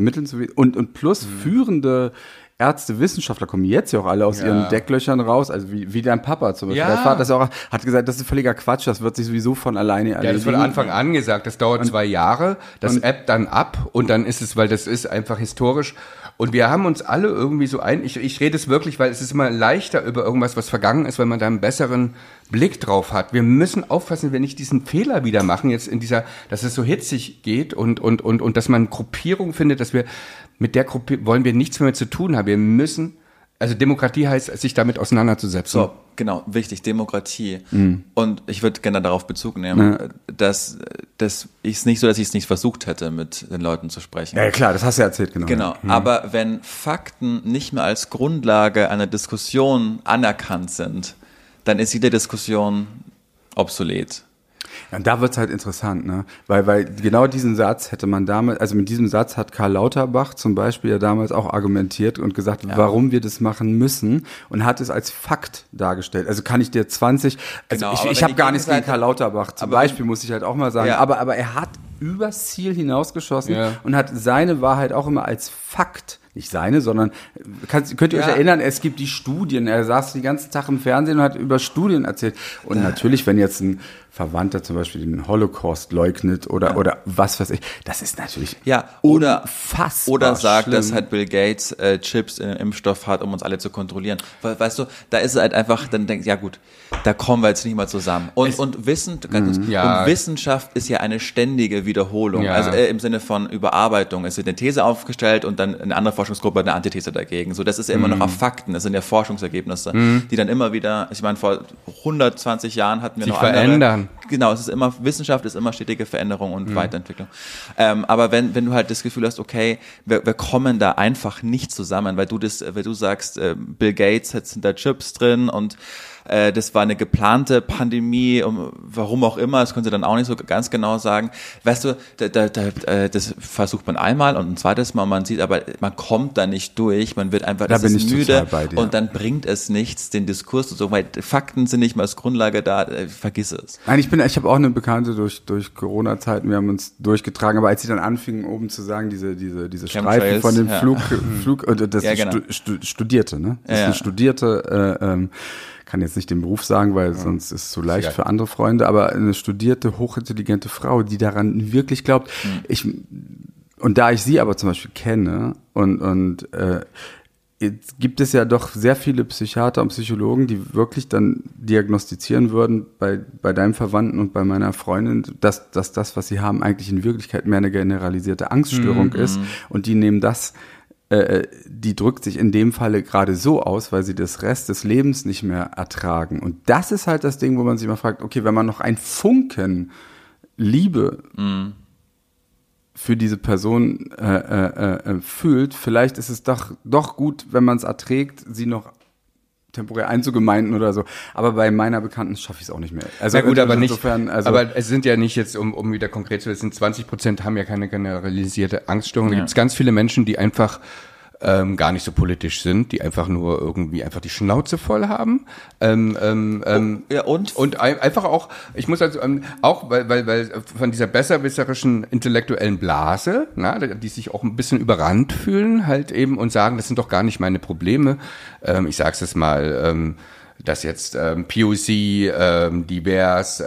Und plus führende Ärzte, Wissenschaftler kommen jetzt ja auch alle aus ihren Decklöchern raus, also wie dein Papa zum Beispiel. Ja. Der Vater ist auch, hat gesagt, das ist völliger Quatsch, das wird sich sowieso von alleine erledigen. Ja, das wurde Anfang an gesagt, das dauert 2 Jahre, das ebbt dann ab und dann ist es, weil das ist einfach historisch. Und wir haben uns alle irgendwie so ich rede es wirklich, weil es ist immer leichter über irgendwas, was vergangen ist, weil man da einen besseren Blick drauf hat. Wir müssen aufpassen, wenn wir nicht diesen Fehler wieder machen, jetzt dass es so hitzig geht und dass man Gruppierung findet, dass wir mit der Gruppe wollen wir nichts mehr zu tun haben. Wir müssen, also Demokratie heißt, sich damit auseinanderzusetzen. So, genau, wichtig, Demokratie. Und ich würde gerne darauf Bezug nehmen, dass ich es nicht so, dass ich es nicht versucht hätte, mit den Leuten zu sprechen. Ja, klar, das hast du ja erzählt, genau. Genau, aber wenn Fakten nicht mehr als Grundlage einer Diskussion anerkannt sind, dann ist jede Diskussion obsolet. Ja, und da wird's halt interessant, ne? Weil genau diesen Satz hätte man damals, also mit diesem Satz hat Karl Lauterbach zum Beispiel ja damals auch argumentiert und gesagt, warum wir das machen müssen, und hat es als Fakt dargestellt. Also kann ich dir 20, also genau, ich habe gar nichts gegen Karl Lauterbach zum Beispiel, muss ich halt auch mal sagen, aber er hat übers Ziel hinausgeschossen und hat seine Wahrheit auch immer als Fakt, nicht seine, sondern könnt ihr euch erinnern, es gibt die Studien, er saß den ganzen Tag im Fernsehen und hat über Studien erzählt. Und natürlich, wenn jetzt ein Verwandter zum Beispiel den Holocaust leugnet oder was weiß ich, das ist natürlich unfassbar oder sagt, schlimm. dass halt Bill Gates Chips in Impfstoff hat, um uns alle zu kontrollieren. Weißt du, da ist es halt einfach, dann denkt, ja gut, da kommen wir jetzt nicht mal zusammen. Und Wissenschaft ist ja eine ständige Wiederholung. Ja. Also im Sinne von Überarbeitung. Es wird eine These aufgestellt und dann eine andere Forschungsgruppe eine Antithese dagegen. So, das ist ja immer noch auf Fakten. Das sind ja Forschungsergebnisse, die dann immer wieder, ich meine, vor 120 Jahren hatten wir sich noch verändern. Genau, Wissenschaft ist immer stetige Veränderung und Weiterentwicklung. Aber wenn du halt das Gefühl hast, okay, wir kommen da einfach nicht zusammen, weil du sagst, Bill Gates hat da Chips drin und das war eine geplante Pandemie, warum auch immer, das können sie dann auch nicht so ganz genau sagen. Weißt du, das versucht man einmal und ein zweites Mal, man sieht, aber man kommt da nicht durch, man wird einfach, das ist müde und dann bringt es nichts, den Diskurs zu so, weil Fakten sind nicht mal als Grundlage da, vergiss es. Nein, ich habe auch eine Bekannte durch Corona-Zeiten, wir haben uns durchgetragen, aber als sie dann anfingen, oben zu sagen, diese Streifen von dem Flug, und das Studierte, ne? Das ist eine Studierte, kann jetzt nicht den Beruf sagen, weil sonst ist es zu leicht für andere Freunde, aber eine studierte, hochintelligente Frau, die daran wirklich glaubt. Und da ich sie aber zum Beispiel kenne und jetzt gibt es ja doch sehr viele Psychiater und Psychologen, die wirklich dann diagnostizieren würden bei deinem Verwandten und bei meiner Freundin, dass das, was sie haben, eigentlich in Wirklichkeit mehr eine generalisierte Angststörung ist, und die nehmen das, die drückt sich in dem Falle gerade so aus, weil sie das Rest des Lebens nicht mehr ertragen. Und das ist halt das Ding, wo man sich mal fragt, okay, wenn man noch ein Funken Liebe für diese Person fühlt, vielleicht ist es doch gut, wenn man es erträgt, sie noch temporär einzugemeinden oder so. Aber bei meiner Bekannten schaffe ich es auch nicht mehr. Also ja gut, aber insofern, nicht. Aber es sind ja nicht jetzt, um wieder konkret zu werden, es sind 20% haben ja keine generalisierte Angststörung. Da gibt es ganz viele Menschen, die einfach gar nicht so politisch sind, die einfach nur irgendwie einfach die Schnauze voll haben. Und einfach auch, ich muss also auch, weil von dieser besserwisserischen intellektuellen Blase, die sich auch ein bisschen überrannt fühlen, halt eben und sagen, das sind doch gar nicht meine Probleme. Ich sag's jetzt mal, dass jetzt POC, divers,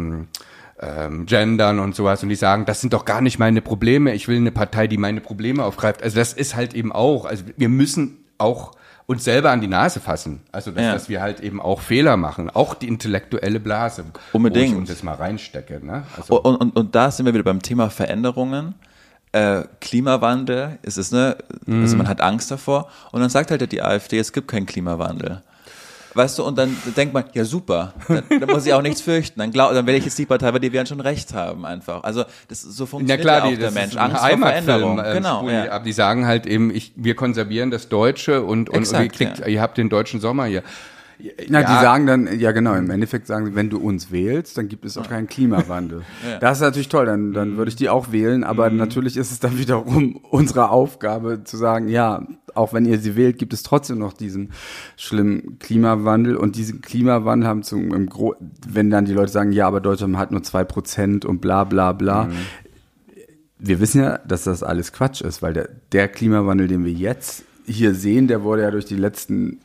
gendern und sowas und die sagen, das sind doch gar nicht meine Probleme, ich will eine Partei, die meine Probleme aufgreift. Also das ist halt eben auch, also wir müssen auch uns selber an die Nase fassen. Also dass wir halt eben auch Fehler machen, auch die intellektuelle Blase, unbedingt, wo ich uns das mal reinstecke. Ne? Also und da sind wir wieder beim Thema Veränderungen. Klimawandel, also man hat Angst davor und dann sagt halt die AfD, es gibt keinen Klimawandel. Weißt du, und dann denkt man, ja super, dann muss ich auch nichts fürchten. Dann wähle ich jetzt die Partei, weil die werden schon recht haben einfach. Also so funktioniert ja auch der Mensch. Angst vor Veränderung. Genau. Aber die sagen halt eben, wir konservieren das Deutsche und ihr habt den deutschen Sommer hier. Na, die sagen dann, ja genau, im Endeffekt sagen sie, wenn du uns wählst, dann gibt es auch keinen Klimawandel. Das ist natürlich toll, dann würde ich die auch wählen, aber natürlich ist es dann wiederum unsere Aufgabe zu sagen, ja, auch wenn ihr sie wählt, gibt es trotzdem noch diesen schlimmen Klimawandel und diesen Klimawandel haben wenn dann die Leute sagen, ja, aber Deutschland hat nur 2% und bla bla bla. Wir wissen ja, dass das alles Quatsch ist, weil der Klimawandel, den wir jetzt hier sehen, der wurde ja durch die letzten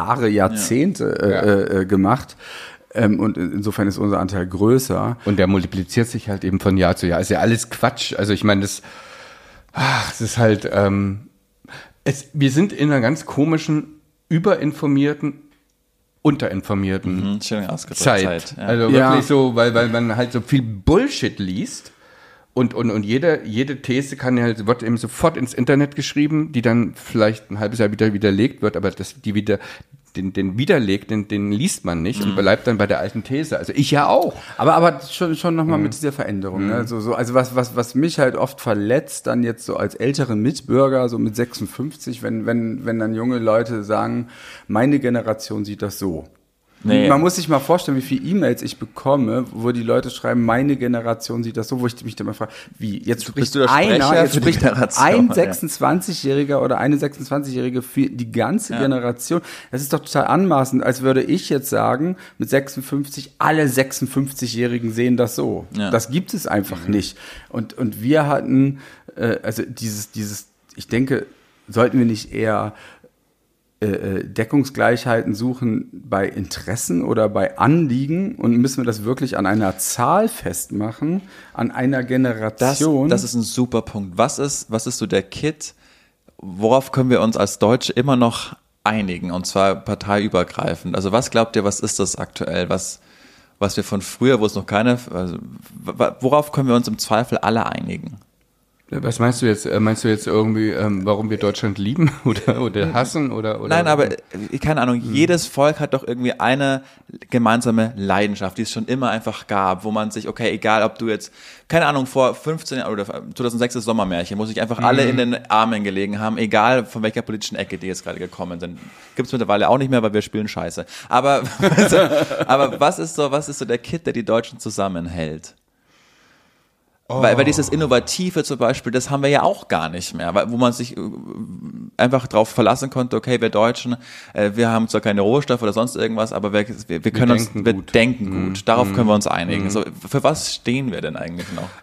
Jahrzehnte gemacht. Und insofern ist unser Anteil größer. Und der multipliziert sich halt eben von Jahr zu Jahr. Ist ja alles Quatsch. Also ich meine, es ist halt, wir sind in einer ganz komischen, überinformierten, unterinformierten Zeit. Ja. Also wirklich so, weil man halt so viel Bullshit liest. Und jede These wird eben sofort ins Internet geschrieben, die dann vielleicht ein halbes Jahr wieder widerlegt wird, aber den widerlegt, den liest man nicht und bleibt dann bei der alten These. Also ich ja auch. Aber schon nochmal mit dieser Veränderung. Ne? Also was mich halt oft verletzt, dann jetzt so als älteren Mitbürger, so mit 56, wenn dann junge Leute sagen, meine Generation sieht das so. Nee. Man muss sich mal vorstellen, wie viele E-Mails ich bekomme, wo die Leute schreiben, meine Generation sieht das so, wo ich mich dann mal frage, wie, jetzt spricht ein 26-Jähriger oder eine 26-Jährige für die ganze Generation. Das ist doch total anmaßend, als würde ich jetzt sagen, mit 56, alle 56-Jährigen sehen das so. Ja. Das gibt es einfach nicht. Und wir hatten, also dieses, ich denke, sollten wir nicht eher Deckungsgleichheiten suchen bei Interessen oder bei Anliegen und müssen wir das wirklich an einer Zahl festmachen, an einer Generation? Das ist ein super Punkt. Was ist so der Kit, worauf können wir uns als Deutsche immer noch einigen und zwar parteiübergreifend? Also was glaubt ihr, was ist das aktuell, was wir von früher, wo es noch worauf können wir uns im Zweifel alle einigen? Was meinst du jetzt? Meinst du jetzt irgendwie, warum wir Deutschland lieben oder hassen oder? Nein, aber keine Ahnung. Jedes Volk hat doch irgendwie eine gemeinsame Leidenschaft, die es schon immer einfach gab, wo man sich, okay, egal, ob du jetzt, keine Ahnung, vor 15 Jahren oder 2006 das Sommermärchen, wo sich einfach alle in den Armen gelegen haben, egal von welcher politischen Ecke die jetzt gerade gekommen sind. Gibt's mittlerweile auch nicht mehr, weil wir spielen Scheiße. Aber was ist so der Kit, der die Deutschen zusammenhält? Weil dieses Innovative zum Beispiel, das haben wir ja auch gar nicht mehr, wo man sich einfach drauf verlassen konnte, okay, wir Deutschen, wir haben zwar keine Rohstoffe oder sonst irgendwas, aber wir denken gut. Darauf können wir uns einigen. So, für was stehen wir denn eigentlich noch?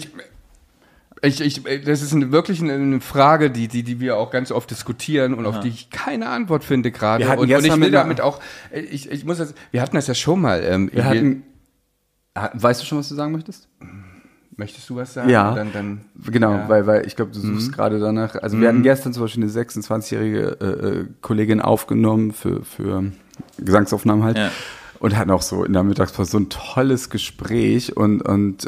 Das ist wirklich eine Frage, die wir auch ganz oft diskutieren und auf die ich keine Antwort finde gerade. Und ich will damit auch, wir hatten das ja schon mal. Weißt du schon, was du sagen möchtest? Möchtest du was sagen? Ja, genau, weil ich glaube, du suchst gerade danach. Also wir hatten gestern zum Beispiel eine 26-jährige Kollegin aufgenommen für Gesangsaufnahmen halt und hatten auch so in der Mittagspause so ein tolles Gespräch und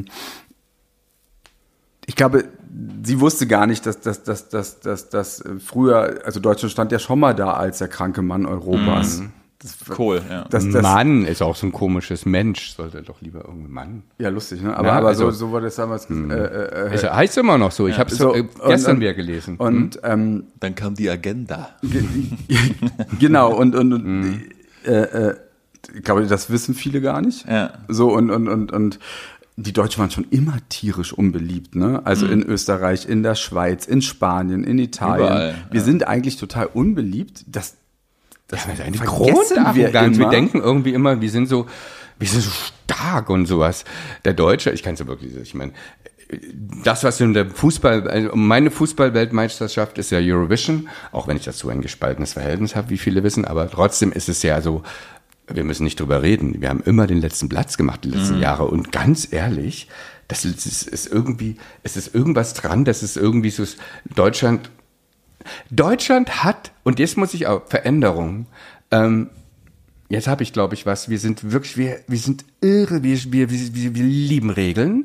ich glaube, sie wusste gar nicht, dass früher, also Deutschland stand ja schon mal da als der kranke Mann Europas. Kohl, ja. Mann ist auch so ein komisches Mensch, sollte doch lieber irgendwie Mann. Ja, lustig, ne? Aber also, so wurde es damals heißt immer noch so. Ich habe es gestern wieder gelesen. Und dann kam die Agenda. Genau, und ich glaube, das wissen viele gar nicht. Ja. So, und die Deutschen waren schon immer tierisch unbeliebt, ne? Also in Österreich, in der Schweiz, in Spanien, in Italien. Überall, wir sind eigentlich total unbeliebt. Das ist eine vergessen Grundarroganz. Wir immer. denken irgendwie immer, wir sind so stark und sowas. Der Deutsche, ich kann es ja wirklich, ich meine, das, was in der meine Fußball-Weltmeisterschaft ist ja Eurovision, auch wenn ich dazu ein gespaltenes Verhältnis habe, wie viele wissen, aber trotzdem ist es ja so, wir müssen nicht drüber reden. Wir haben immer den letzten Platz gemacht, die letzten Jahre. Und ganz ehrlich, es ist irgendwas dran, das ist irgendwie so, Deutschland hat, und jetzt muss ich auch, Veränderungen, jetzt habe ich, glaube ich, was, wir sind wirklich, wir sind irre, wir lieben Regeln.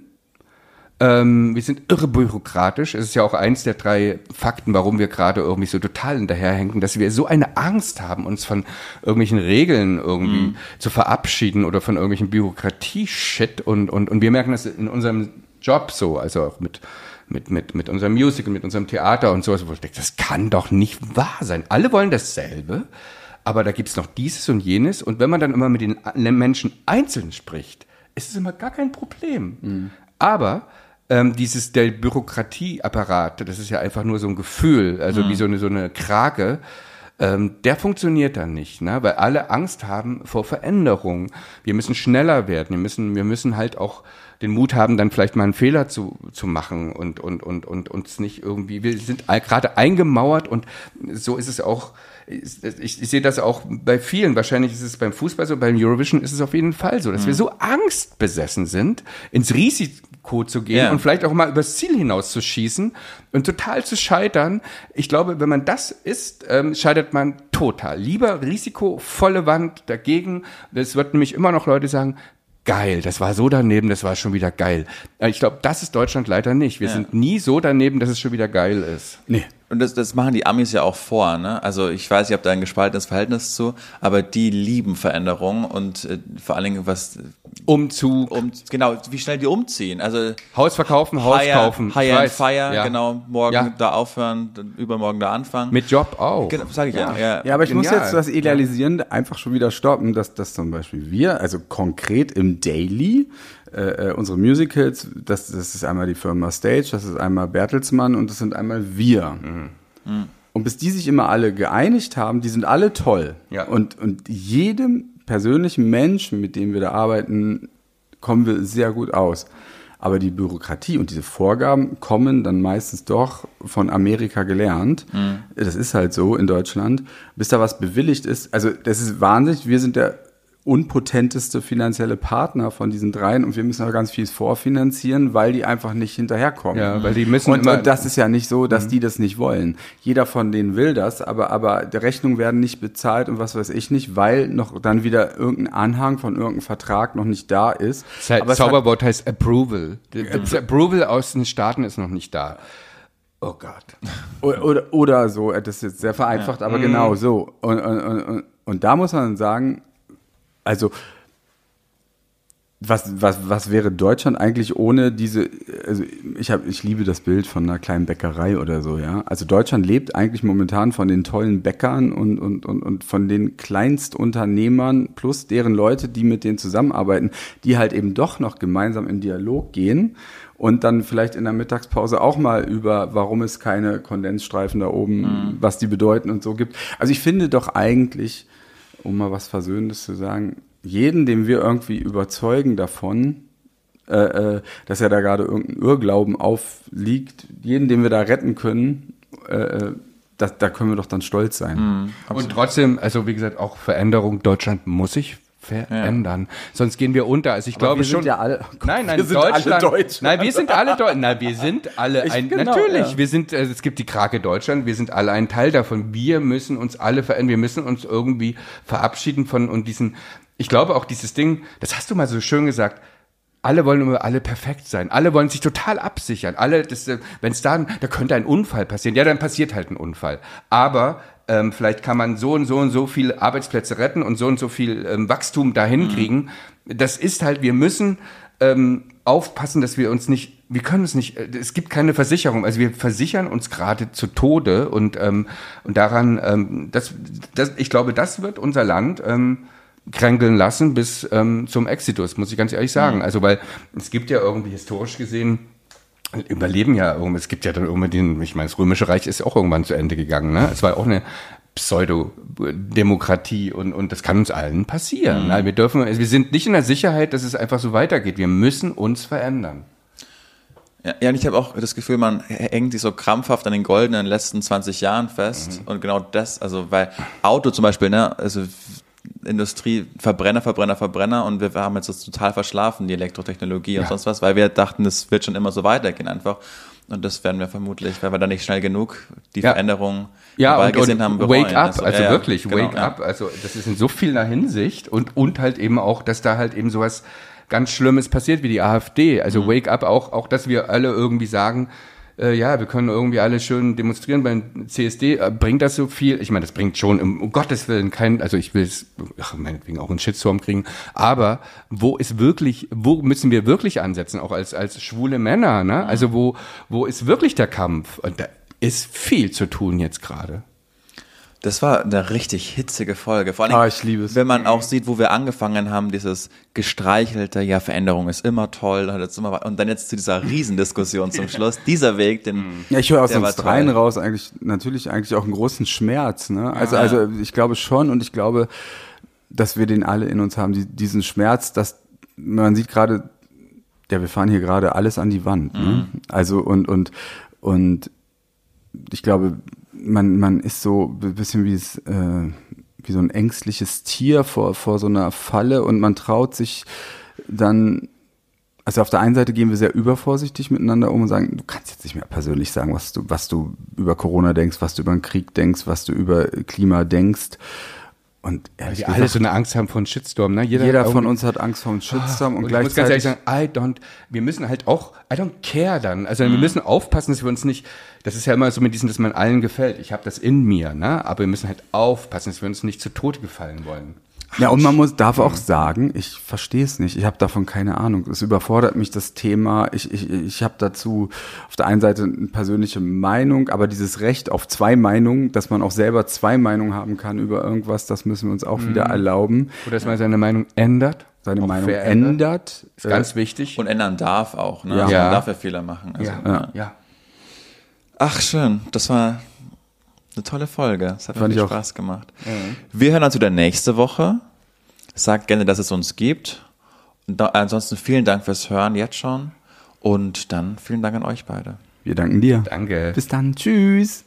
Wir sind irre bürokratisch. Es ist ja auch eins der 3 Fakten, warum wir gerade irgendwie so total hinterherhängen, dass wir so eine Angst haben, uns von irgendwelchen Regeln irgendwie zu verabschieden oder von irgendwelchen Bürokratie-Shit. Und wir merken das in unserem Job so, also auch mit unserem Musical, mit unserem Theater und sowas, wo ich denke, das kann doch nicht wahr sein. Alle wollen dasselbe, aber da gibt's noch dieses und jenes. Und wenn man dann immer mit den Menschen einzeln spricht, ist es immer gar kein Problem. Aber der Bürokratieapparat, das ist ja einfach nur so ein Gefühl, also wie so eine Krake, der funktioniert dann nicht, ne? Weil alle Angst haben vor Veränderung. Wir müssen schneller werden, wir müssen halt auch den Mut haben, dann vielleicht mal einen Fehler zu machen und uns nicht irgendwie, wir sind gerade eingemauert und so ist es auch. Ich sehe das auch bei vielen, wahrscheinlich ist es beim Fußball so, beim Eurovision ist es auf jeden Fall so, dass wir so angstbesessen sind, ins Risiko zu gehen und vielleicht auch mal übers Ziel hinaus zu schießen und total zu scheitern. Ich glaube, wenn man das ist, scheitert man total. Lieber Risiko, volle Wand dagegen. Es wird nämlich immer noch Leute sagen, geil, das war so daneben, das war schon wieder geil. Ich glaube, das ist Deutschland leider nicht. Wir sind nie so daneben, dass es schon wieder geil ist. Nee. Und das machen die Amis ja auch vor, ne? Also ich weiß, ich habe da ein gespaltenes Verhältnis zu, aber die lieben Veränderungen und vor allen Dingen Umzug. Genau, wie schnell die umziehen. Also Haus verkaufen, Haus kaufen. Hire and fire, ja. genau, morgen da aufhören, dann übermorgen da anfangen. Mit Job auch. Genau, sag ich ja. Ja, aber ich muss Genial. jetzt das Idealisieren einfach schon wieder stoppen, dass zum Beispiel wir, also konkret im Daily, unsere Musicals, das ist einmal die Firma Stage, das ist einmal Bertelsmann und das sind einmal wir. Und bis die sich immer alle geeinigt haben, die sind alle toll. Ja. Und jedem persönlichen Menschen, mit dem wir da arbeiten, kommen wir sehr gut aus. Aber die Bürokratie und diese Vorgaben kommen dann meistens doch von Amerika gelernt. Das ist halt so in Deutschland. Bis da was bewilligt ist, also das ist wahnsinnig, wir sind der unpotenteste finanzielle Partner von diesen 3 und wir müssen aber ganz viel vorfinanzieren, weil die einfach nicht hinterherkommen. Ja, weil die müssen und das ist ja nicht so, dass die das nicht wollen. Jeder von denen will das, aber die Rechnungen werden nicht bezahlt und was weiß ich nicht, weil noch dann wieder irgendein Anhang von irgendeinem Vertrag noch nicht da ist. Das Zauberwort heißt Approval. Das Approval aus den Staaten ist noch nicht da. Oh Gott. Oder so, das ist jetzt sehr vereinfacht, aber genau so. Und da muss man sagen, also was wäre Deutschland eigentlich ohne diese, also ich liebe das Bild von einer kleinen Bäckerei oder so, ja. Also Deutschland lebt eigentlich momentan von den tollen Bäckern und von den Kleinstunternehmern plus deren Leute, die mit denen zusammenarbeiten, die halt eben doch noch gemeinsam in Dialog gehen und dann vielleicht in der Mittagspause auch mal über, warum es keine Kondensstreifen da oben, was die bedeuten und so gibt. Also ich finde doch eigentlich, um mal was Versöhnendes zu sagen, jeden, den wir irgendwie überzeugen davon, dass er da gerade irgendein Irrglauben aufliegt, jeden, den wir da retten können, da können wir doch dann stolz sein. Und trotzdem, also wie gesagt, auch Veränderung, Deutschland muss sich verändern. Sonst gehen wir unter. Also ich glaube schon. Ja alle, nein, wir sind Deutschland. alle Deutsche. Nein, wir sind alle Deutsche. Nein, wir sind alle natürlich. Ja. Wir sind, es gibt die Krake Deutschland. Wir sind alle ein Teil davon. Wir müssen uns alle verändern. Wir müssen uns irgendwie verabschieden von und diesen. Ich glaube auch dieses Ding. Das hast du mal so schön gesagt. Alle wollen immer alle perfekt sein. Alle wollen sich total absichern. Alle, wenn es da könnte ein Unfall passieren. Ja, dann passiert halt ein Unfall. Aber vielleicht kann man so und so und so viele Arbeitsplätze retten und so viel Wachstum dahin kriegen. Das ist halt, wir müssen aufpassen, dass wir uns nicht, wir können es nicht, es gibt keine Versicherung, also wir versichern uns gerade zu Tode und daran, ich glaube, das wird unser Land kränkeln lassen bis zum Exitus, muss ich ganz ehrlich sagen. Also, weil es gibt ja irgendwie historisch gesehen, überleben ja irgendwie, es gibt ja dann irgendwie ich meine, das Römische Reich ist auch irgendwann zu Ende gegangen, ne? Es war auch eine Pseudodemokratie und das kann uns allen passieren. Also wir sind nicht in der Sicherheit, dass es einfach so weitergeht. Wir müssen uns verändern. Ja, und ich habe auch das Gefühl, man hängt sich so krampfhaft an den goldenen letzten 20 Jahren fest und genau das, also weil Auto zum Beispiel, ne, also Industrie, Verbrenner und wir haben jetzt das total verschlafen, die Elektrotechnologie und sonst was, weil wir dachten, das wird schon immer so weitergehen einfach. Und das werden wir vermutlich, weil wir da nicht schnell genug die Veränderung gesehen haben, bereuen. Wake up, also wirklich, wake up. Also das ist in so vieler Hinsicht und halt eben auch, dass da halt eben sowas ganz Schlimmes passiert wie die AfD. Also wake up auch, dass wir alle irgendwie sagen, wir können irgendwie alle schön demonstrieren beim CSD. Bringt das so viel? Ich meine, das bringt schon, um Gottes Willen, also ich will es, meinetwegen auch einen Shitstorm kriegen, aber wo müssen wir wirklich ansetzen, auch als schwule Männer, ne? Also wo ist wirklich der Kampf? Und da ist viel zu tun jetzt gerade. Das war eine richtig hitzige Folge. Vor allem, ich liebe es. Wenn man auch sieht, wo wir angefangen haben, dieses gestreichelte, ja, Veränderung ist immer toll, und dann jetzt zu dieser Riesendiskussion zum Schluss, dieser Weg, ich höre aus uns dreien raus eigentlich auch einen großen Schmerz, ne? Also ich glaube schon und ich glaube, dass wir den alle in uns haben, diesen Schmerz, dass man sieht gerade, wir fahren hier gerade alles an die Wand, ne? Also und ich glaube, man ist so ein bisschen wie so ein ängstliches Tier vor so einer Falle und man traut sich dann, also auf der einen Seite gehen wir sehr übervorsichtig miteinander um und sagen, du kannst jetzt nicht mehr persönlich sagen, was du über Corona denkst, was du über den Krieg denkst, was du über Klima denkst. Und weil wir alle so eine Angst haben vor einem Shitstorm, ne? Jeder von uns hat Angst vor einem Shitstorm und gleichzeitig. Ich muss ganz ehrlich sagen, wir müssen halt auch, I don't care dann. Also wir müssen aufpassen, dass wir uns nicht, das ist ja immer so mit diesem, dass man allen gefällt. Ich habe das in mir, ne? Aber wir müssen halt aufpassen, dass wir uns nicht zu Tode gefallen wollen. Ja, und man darf auch sagen, ich verstehe es nicht, ich habe davon keine Ahnung. Es überfordert mich das Thema. Ich habe dazu auf der einen Seite eine persönliche Meinung, aber dieses Recht auf zwei Meinungen, dass man auch selber zwei Meinungen haben kann über irgendwas, das müssen wir uns auch wieder erlauben. Oder dass man seine Meinung ändert. Seine Meinung ändert. Ist ganz wichtig. Und ändern darf auch, ne? Ja. Also man darf ja Fehler machen. Also, ja. Ach, schön. Das war eine tolle Folge. Es hat wirklich Spaß gemacht. Wir hören uns wieder nächste Woche. Sagt gerne, dass es uns gibt. Und ansonsten vielen Dank fürs Hören jetzt schon. Und dann vielen Dank an euch beide. Wir danken dir. Danke. Bis dann. Tschüss.